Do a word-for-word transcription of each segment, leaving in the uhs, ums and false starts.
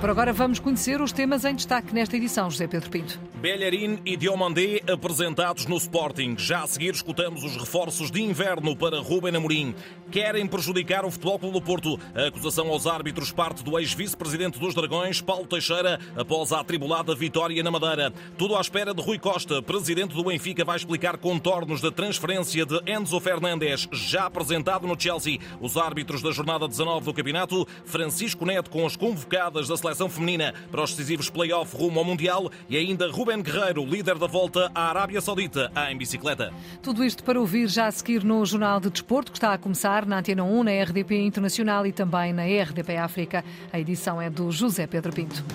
Por agora vamos conhecer os temas em destaque nesta edição, José Pedro Pinto. Bellerin e Diomandé apresentados no Sporting. Já a seguir escutamos os reforços de inverno para Rúben Amorim. Querem prejudicar o Futebol Clube do Porto. A acusação aos árbitros parte do ex-vice-presidente dos Dragões, Paulo Teixeira, após a atribulada vitória na Madeira. Tudo à espera de Rui Costa. Presidente do Benfica vai explicar contornos da transferência de Enzo Fernandes, já apresentado no Chelsea. Os árbitros da jornada dezanove do campeonato, Francisco Neto com as convocadas da seleção feminina para os decisivos play-off rumo ao Mundial e ainda Rubén Guerreiro, líder da volta à Arábia Saudita em bicicleta. Tudo isto para ouvir já a seguir no Jornal de Desporto, que está a começar na Antena um, na R D P Internacional e também na R D P África. A edição é do José Pedro Pinto.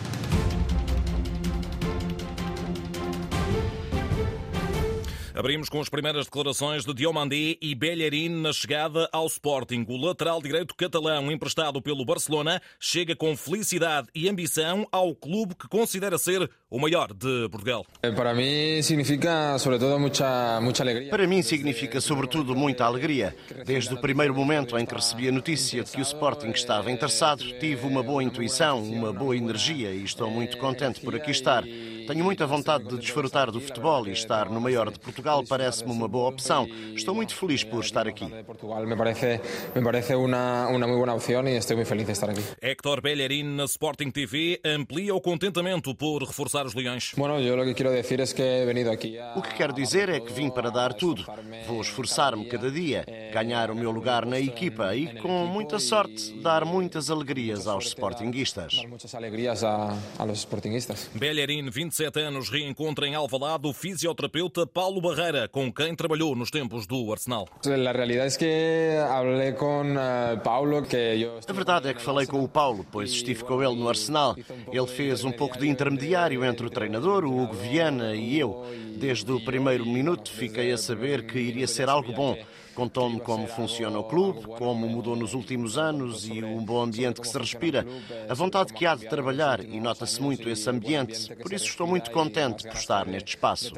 Abrimos com as primeiras declarações de Diomandé e Bellerin na chegada ao Sporting. O lateral direito catalão, emprestado pelo Barcelona, chega com felicidade e ambição ao clube que considera ser o maior de Portugal. Para mim significa, sobretudo, muita, muita alegria. Para mim significa, sobretudo, muita alegria. Desde o primeiro momento em que recebi a notícia de que o Sporting estava interessado, tive uma boa intuição, uma boa energia e estou muito contente por aqui estar. Tenho muita vontade de desfrutar do futebol e estar no maior de Portugal parece-me uma boa opção. Estou muito feliz por estar aqui. Portugal me parece, me parece uma, uma muito boa opção e estou muito feliz de estar aqui. Héctor Bellerin na Sporting T V amplia o contentamento por reforçar os Leões. Bueno, yo lo que quiero decir es que he venido aquí a... O que quero dizer é que vim para dar tudo. Vou esforçar-me cada dia, ganhar o meu lugar na equipa e, com muita sorte, dar muitas alegrias aos sportinguistas. Dar muitas alegrias a, a los sportinguistas. Bellerin, vinte e sete anos, reencontra em Alvalade o fisioterapeuta Paulo Barreira, com quem trabalhou nos tempos do Arsenal. A realidade é que falei com Paulo que eu... A verdade é que falei com o Paulo, pois estive com ele no Arsenal. Ele fez um pouco de intermediário entre o treinador, o Hugo Viana e eu. Desde o primeiro minuto fiquei a saber que iria ser algo bom. Contou-me como funciona o clube, como mudou nos últimos anos e um bom ambiente que se respira. A vontade que há de trabalhar e nota-se muito esse ambiente. Por isso estou muito contente por estar neste espaço.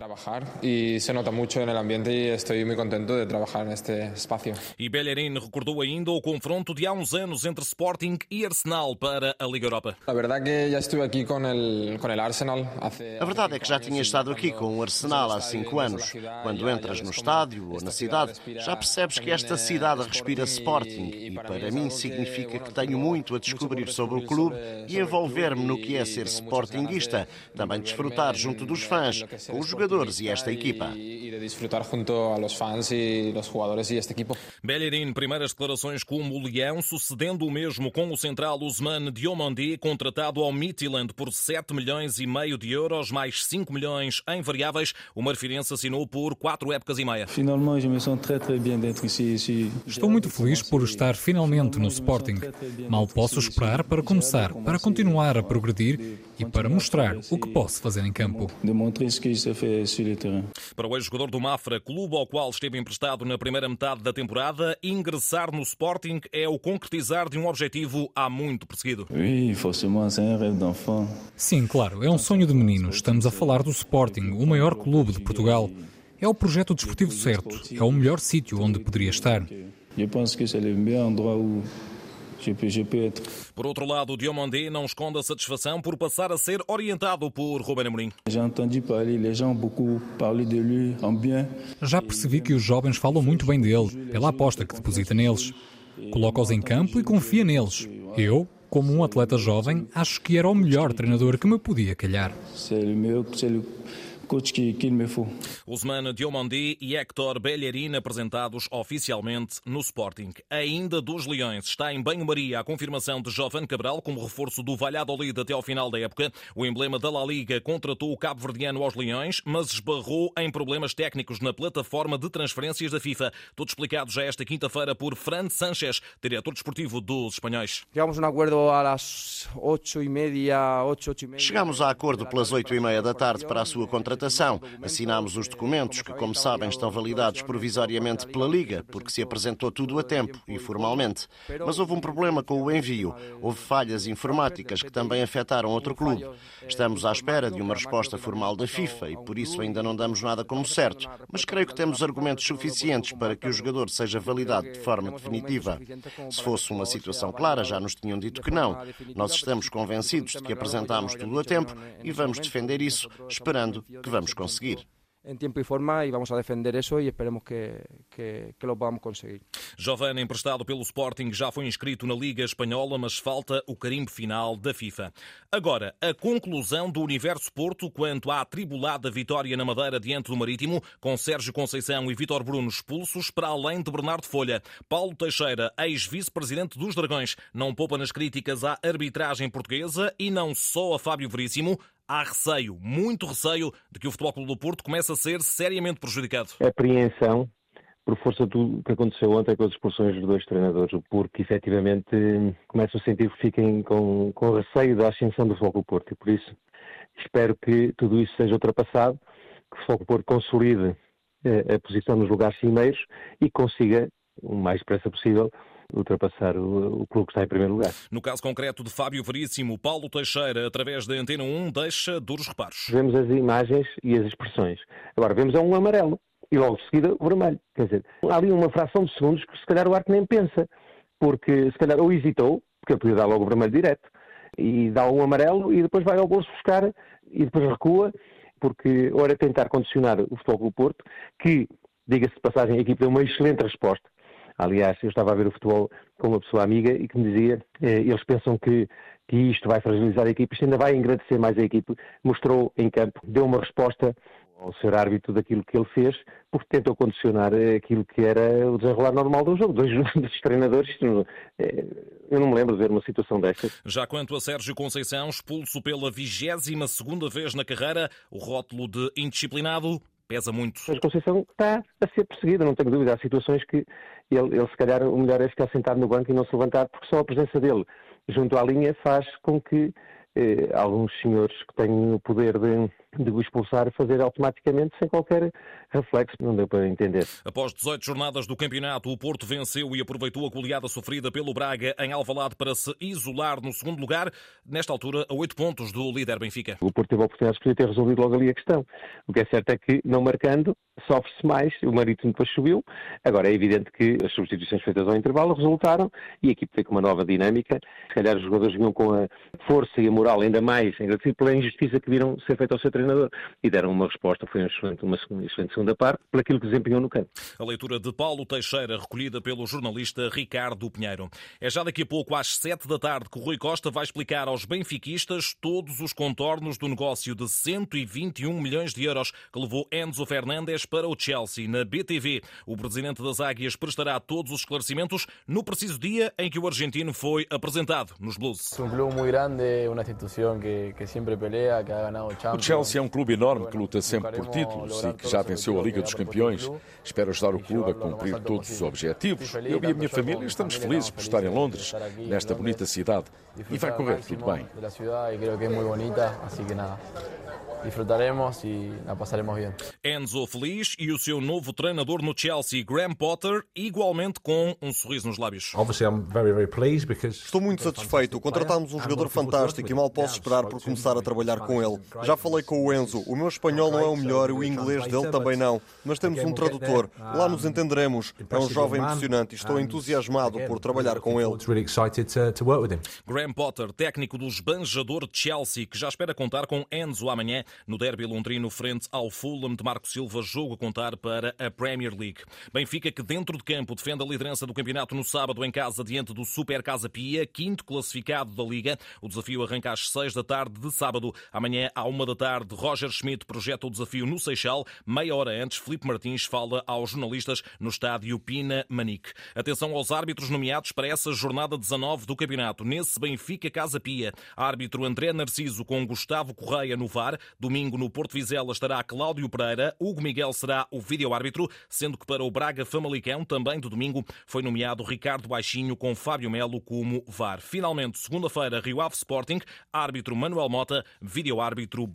E se nota muito no ambiente e estou muito contente de trabalhar neste espaço. E Bellerin recordou ainda o confronto de há uns anos entre Sporting e Arsenal para a Liga Europa. A verdade é que já estive aqui com o com o Arsenal. A verdade é que já tinha estado aqui com o Arsenal há cinco anos. Quando entras no estádio ou na cidade, já percebes que esta cidade respira Sporting e para mim significa que tenho muito a descobrir sobre o clube e envolver-me no que é ser sportinguista, também desfrutar junto dos fãs, com os jogadores e esta equipa. E de desfrutar junto aos fãs e os jogadores e esta equipa. Bellerin, primeiras declarações como o Leão, sucedendo o mesmo com o central Ousmane Diomandé, contratado ao Midtjylland por sete milhões e meio de euros, mais cinco milhões em variáveis. O Marfirense assinou por quatro épocas e meia. Finalmente, eu me sinto très très bien d'être ici. Estou muito feliz por estar finalmente no Sporting. Mal posso esperar para começar, para continuar a progredir e para mostrar o que posso fazer em campo. Para o ex-jogador do Mafra, clube ao qual esteve emprestado na primeira metade da temporada, ingressar no Sporting é o concretizar de um objetivo há muito perseguido. Sim, claro, é um sonho de menino. Estamos a falar do Sporting, o maior clube de Portugal. É o projeto desportivo certo, é o melhor sítio onde poderia estar. Por outro lado, Diomandé não esconde a satisfação por passar a ser orientado por Rúben Amorim. Já percebi que os jovens falam muito bem dele, pela aposta que deposita neles. Coloca-os em campo e confia neles. Eu, como um atleta jovem, acho que era o melhor treinador que me podia calhar. Ousmane Diomandé e Héctor Bellerin apresentados oficialmente no Sporting. Ainda dos Leões está em banho-maria a confirmação de Jovane Cabral como reforço do Valladolid até ao final da época. O emblema da La Liga contratou o cabo-verdiano aos Leões, mas esbarrou em problemas técnicos na plataforma de transferências da FIFA. Tudo explicado já esta quinta-feira por Fran Sánchez, diretor desportivo dos espanhóis. Chegámos a acordo pelas oito e meia da tarde para a sua contratação. contratação. Assinámos os documentos que, como sabem, estão validados provisoriamente pela Liga, porque se apresentou tudo a tempo e formalmente. Mas houve um problema com o envio. Houve falhas informáticas que também afetaram outro clube. Estamos à espera de uma resposta formal da FIFA e por isso ainda não damos nada como certo. Mas creio que temos argumentos suficientes para que o jogador seja validado de forma definitiva. Se fosse uma situação clara, já nos tinham dito que não. Nós estamos convencidos de que apresentámos tudo a tempo e vamos defender isso, esperando que vamos conseguir. Em tempo e forma e vamos a defender isso e esperemos que, que, que lo podamos conseguir. Jovane, emprestado pelo Sporting, já foi inscrito na Liga Espanhola, mas falta o carimbo final da FIFA. Agora, a conclusão do Universo Porto quanto à atribulada vitória na Madeira diante do Marítimo, com Sérgio Conceição e Vítor Bruno expulsos, para além de Bernardo Folha. Paulo Teixeira, ex-vice-presidente dos Dragões, não poupa nas críticas à arbitragem portuguesa e não só a Fábio Veríssimo. Há receio, muito receio, de que o Futebol Clube do Porto comece a ser seriamente prejudicado. A apreensão, por força do que aconteceu ontem com as expulsões dos dois treinadores, porque efetivamente começam a sentir que fiquem com, com receio da ascensão do Futebol Clube do Porto. E por isso espero que tudo isso seja ultrapassado, que o Futebol Clube do Porto consolide a, a posição nos lugares cimeiros e consiga, o mais depressa possível, ultrapassar o, o clube que está em primeiro lugar. No caso concreto de Fábio Veríssimo, Paulo Teixeira, através da Antena um, deixa duros reparos. Vemos as imagens e as expressões. Agora, vemos um amarelo e logo de seguida o vermelho. Quer dizer, há ali uma fração de segundos que se calhar o árbitro nem pensa, porque se calhar ou hesitou, porque ele podia dar logo o vermelho direto, e dá um amarelo e depois vai ao bolso buscar e depois recua, porque ora tentar condicionar o Futebol Clube do Porto, que, diga-se de passagem, a equipe deu uma excelente resposta. Aliás, eu estava a ver o futebol com uma pessoa amiga e que me dizia, eh, eles pensam que, que isto vai fragilizar a equipe, isto ainda vai engrandecer mais a equipe. Mostrou em campo, deu uma resposta ao senhor árbitro daquilo que ele fez, porque tentou condicionar aquilo que era o desenrolar normal do jogo. Dois, dois treinadores, eh, eu não me lembro de ver uma situação destas. Já quanto a Sérgio Conceição, expulso pela vigésima segunda vez na carreira, o rótulo de indisciplinado pesa muito. Mas Conceição está a ser perseguido, não tenho dúvida. Há situações que ele, ele se calhar, o melhor é ficar sentado no banco e não se levantar, porque só a presença dele junto à linha faz com que eh, alguns senhores que têm o poder de, de o expulsar fazer automaticamente sem qualquer reflexo. Não deu para entender. Após dezoito jornadas do campeonato, o Porto venceu e aproveitou a goleada sofrida pelo Braga em Alvalade para se isolar no segundo lugar, nesta altura a oito pontos do líder Benfica. O Porto teve a oportunidade de ter resolvido logo ali a questão. O que é certo é que, não marcando, sofre-se mais, o Marítimo depois subiu. Agora é evidente que as substituições feitas ao intervalo resultaram e a equipe veio com uma nova dinâmica. Se calhar os jogadores vinham com a força e a moral ainda mais agradecidos pela injustiça que viram ser feita ao seu treinador e deram uma resposta. Foi uma excelente, uma excelente segunda parte por aquilo que desempenhou no campo. A leitura de Paulo Teixeira, recolhida pelo jornalista Ricardo Pinheiro. É já daqui a pouco, às sete da tarde, que o Rui Costa vai explicar aos benfiquistas todos os contornos do negócio de cento e vinte e um milhões de euros que levou Enzo Fernandes para o Chelsea. Na B T V, o presidente das Águias prestará todos os esclarecimentos no preciso dia em que o argentino foi apresentado nos Blues. Um clube muito grande, uma instituição que, que sempre pelea, que ha ganado Champions. O Chelsea é um clube enorme que luta sempre por títulos e que já venceu a Liga dos Campeões. Espero ajudar o clube a cumprir todos os objetivos. Eu e a minha família estamos felizes por estar em Londres, nesta bonita cidade, e vai correr tudo bem. Disfrutaremos e a passaremos bem. Enzo feliz e o seu novo treinador no Chelsea, Graham Potter, igualmente com um sorriso nos lábios. Estou muito satisfeito. Contratámos um jogador fantástico e mal posso esperar por começar a trabalhar com ele. Já falei com o Enzo. O meu espanhol não é o melhor e o inglês dele também não. Mas temos um tradutor. Lá nos entenderemos. É um jovem impressionante e estou entusiasmado por trabalhar com ele. Graham Potter, técnico do esbanjador Chelsea, que já espera contar com Enzo amanhã no derby londrino frente ao Fulham de Marco Silva, jogo a contar para a Premier League. Benfica, que dentro de campo defende a liderança do campeonato no sábado em casa diante do Super Casa Pia, quinto classificado da Liga. O desafio arranca às seis da tarde de sábado. Amanhã, à uma da tarde, Roger Schmidt projeta o desafio no Seixal. Meia hora antes, Filipe Martins fala aos jornalistas no estádio Pina Manique. Atenção aos árbitros nomeados para essa jornada dezanove do campeonato. Nesse Benfica Casa Pia, árbitro André Narciso com Gustavo Correia no V A R. Domingo, no Porto Vizela, estará Cláudio Pereira. Hugo Miguel será o vídeo-árbitro, sendo que para o Braga Famalicão, também de domingo, foi nomeado Ricardo Baixinho com Fábio Melo como V A R. Finalmente, segunda-feira, Rio Ave Sporting, árbitro Manuel Mota, vídeo-árbitro Bruno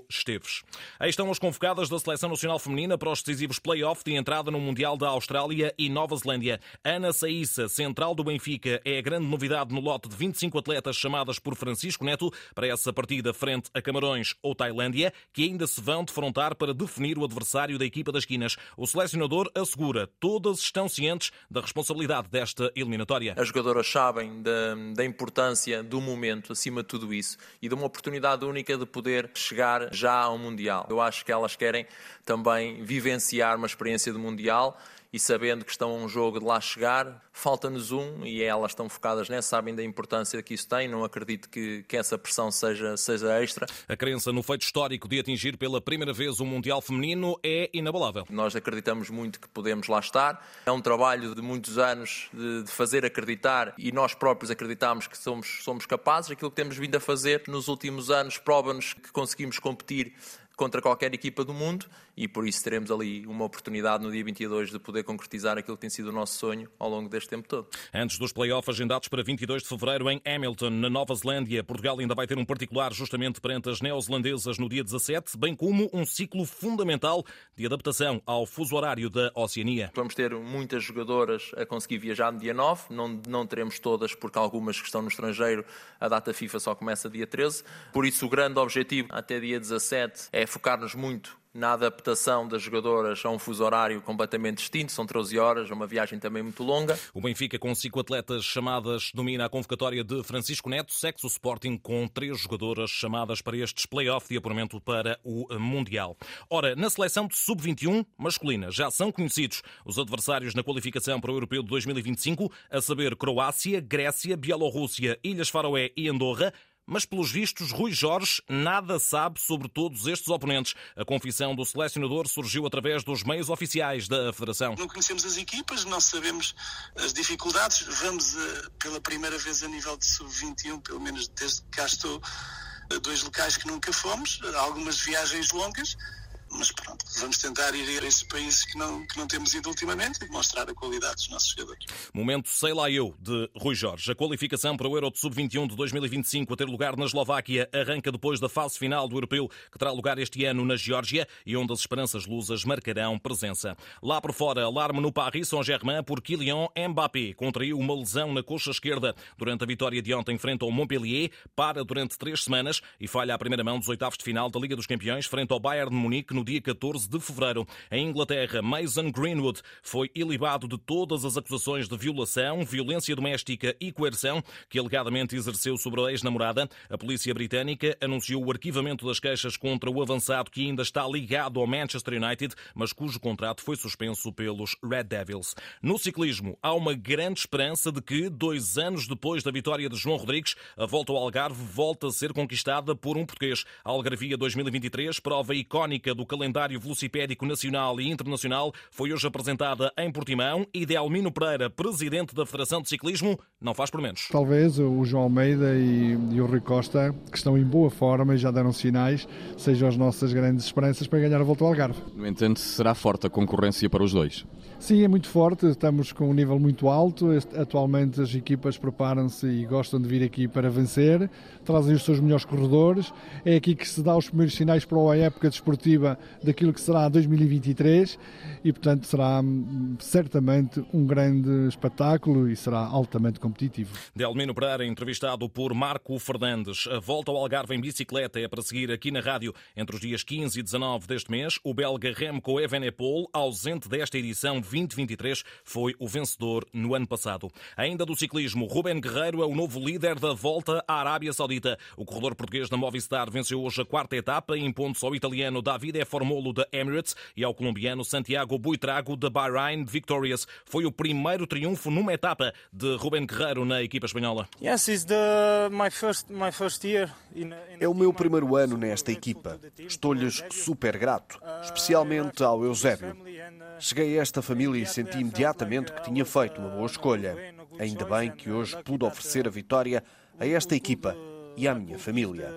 Esteves. Aí estão as convocadas da Seleção Nacional Feminina para os decisivos play-off de entrada no Mundial da Austrália e Nova Zelândia. Ana Saíssa, central do Benfica, é a grande novidade no lote de vinte e cinco atletas chamadas por Francisco Neto para essa partida frente a Camarões ou Tailândia, que ainda se vão defrontar para definir o adversário da equipa das quinas. O selecionador assegura, todas estão cientes da responsabilidade desta eliminatória. As jogadoras sabem da, da importância do momento, acima de tudo isso, e de uma oportunidade única de poder chegar já ao Mundial. Eu acho que elas querem também vivenciar uma experiência de Mundial e sabendo que estão a um jogo de lá chegar, falta-nos um e elas estão focadas nessa, sabem da importância que isso tem, não acredito que, que essa pressão seja, seja extra. A crença no feito histórico de atingir pela primeira vez o Mundial Feminino é inabalável. Nós acreditamos muito que podemos lá estar, é um trabalho de muitos anos de, de fazer acreditar e nós próprios acreditamos que somos, somos capazes. Aquilo que temos vindo a fazer nos últimos anos prova-nos que conseguimos competir contra qualquer equipa do mundo e por isso teremos ali uma oportunidade no dia vinte e dois de poder concretizar aquilo que tem sido o nosso sonho ao longo deste tempo todo. Antes dos play-offs agendados para vinte e dois de fevereiro em Hamilton, na Nova Zelândia, Portugal ainda vai ter um particular justamente perante as neozelandesas no dia dezassete, bem como um ciclo fundamental de adaptação ao fuso horário da Oceania. Vamos ter muitas jogadoras a conseguir viajar no dia nove, não, não teremos todas porque algumas que estão no estrangeiro a data FIFA só começa dia treze, por isso o grande objetivo até dia dezassete é focar-nos muito na adaptação das jogadoras a um fuso horário completamente distinto, são treze horas, uma viagem também muito longa. O Benfica, com cinco atletas chamadas, domina a convocatória de Francisco Neto, segue o Sporting com três jogadoras chamadas para estes play-off de apuramento para o Mundial. Ora, na seleção de sub vinte e um masculina já são conhecidos os adversários na qualificação para o Europeu de dois mil e vinte e cinco, a saber Croácia, Grécia, Bielorrússia, Ilhas Faroé e Andorra. Mas, pelos vistos, Rui Jorge nada sabe sobre todos estes oponentes. A confissão do selecionador surgiu através dos meios oficiais da Federação. Não conhecemos as equipas, não sabemos as dificuldades. Vamos, pela primeira vez a nível de sub vinte e um, pelo menos desde que cá estou, a dois locais que nunca fomos, algumas viagens longas. Mas pronto, vamos tentar ir a esses países que não, que não temos ido ultimamente e mostrar a qualidade dos nossos jogadores. Momento sei lá eu, de Rui Jorge. A qualificação para o Euro de sub vinte e um de dois mil e vinte e cinco a ter lugar na Eslováquia arranca depois da fase final do Europeu que terá lugar este ano na Geórgia e onde as esperanças lusas marcarão presença. Lá por fora, alarme no Paris Saint-Germain por Kylian Mbappé. Contraiu uma lesão na coxa esquerda durante a vitória de ontem frente ao Montpellier, para durante três semanas e falha a primeira mão dos oitavos de final da Liga dos Campeões frente ao Bayern de Munique no dia catorze de fevereiro. Em Inglaterra, Mason Greenwood foi ilibado de todas as acusações de violação, violência doméstica e coerção que alegadamente exerceu sobre a ex-namorada. A polícia britânica anunciou o arquivamento das queixas contra o avançado que ainda está ligado ao Manchester United, mas cujo contrato foi suspenso pelos Red Devils. No ciclismo, há uma grande esperança de que, dois anos depois da vitória de João Rodrigues, a volta ao Algarve volta a ser conquistada por um português. A Algarvia dois mil e vinte e três, prova icónica do calendário velocipédico nacional e internacional, foi hoje apresentada em Portimão e Delmino Pereira, presidente da Federação de Ciclismo, não faz por menos. Talvez o João Almeida e, e o Rui Costa, que estão em boa forma e já deram sinais, sejam as nossas grandes esperanças para ganhar a volta ao Algarve. No entanto, será forte a concorrência para os dois? Sim, é muito forte, estamos com um nível muito alto, atualmente as equipas preparam-se e gostam de vir aqui para vencer, trazem os seus melhores corredores, é aqui que se dá os primeiros sinais para a época desportiva daquilo que será dois mil e vinte e três e, portanto, será certamente um grande espetáculo e será altamente competitivo. Delmino Pereira, entrevistado por Marco Fernandes. A volta ao Algarve em bicicleta é para seguir aqui na rádio entre os dias quinze e dezanove deste mês. O belga Remco Evenepoel, ausente desta edição vinte e vinte e três, foi o vencedor no ano passado. Ainda do ciclismo, Ruben Guerreiro é o novo líder da volta à Arábia Saudita. O corredor português da Movistar venceu hoje a quarta etapa, impondo-se ao italiano Davide Formolo da Emirates e ao colombiano Santiago Buitrago da Bahrain Victorious. Foi o primeiro triunfo numa etapa de Ruben Guerreiro na equipa espanhola. É o meu primeiro ano nesta equipa. Estou-lhes super grato, especialmente ao Eusébio. Cheguei a esta família e senti imediatamente que tinha feito uma boa escolha. Ainda bem que hoje pude oferecer a vitória a esta equipa e à minha família.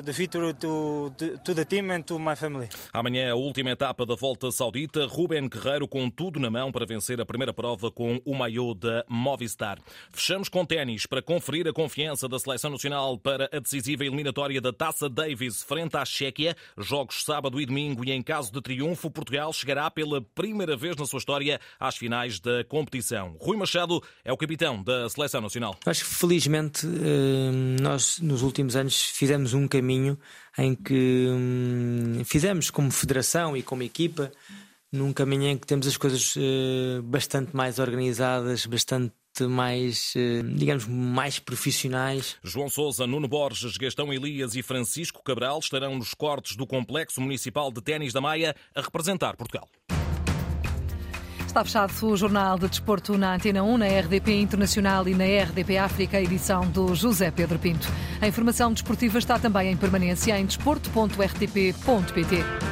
Amanhã a última etapa da Volta Saudita. Ruben Guerreiro com tudo na mão para vencer a primeira prova com o maillot da Movistar. Fechamos com ténis para conferir a confiança da Seleção Nacional para a decisiva eliminatória da Taça Davis frente à Chequia. Jogos sábado e domingo e em caso de triunfo, Portugal chegará pela primeira vez na sua história às finais da competição. Rui Machado é o capitão da Seleção Nacional. Acho que felizmente nós nos últimos anos fizemos um caminho em que fizemos como federação e como equipa, num caminho em que temos as coisas bastante mais organizadas, bastante mais, digamos, mais profissionais. João Sousa, Nuno Borges, Gastão Elias e Francisco Cabral estarão nos cortes do Complexo Municipal de Ténis da Maia a representar Portugal. Está fechado o Jornal de Desporto na Antena um, na R D P Internacional e na R D P África, edição do José Pedro Pinto. A informação desportiva está também em permanência em desporto ponto r t p ponto p t.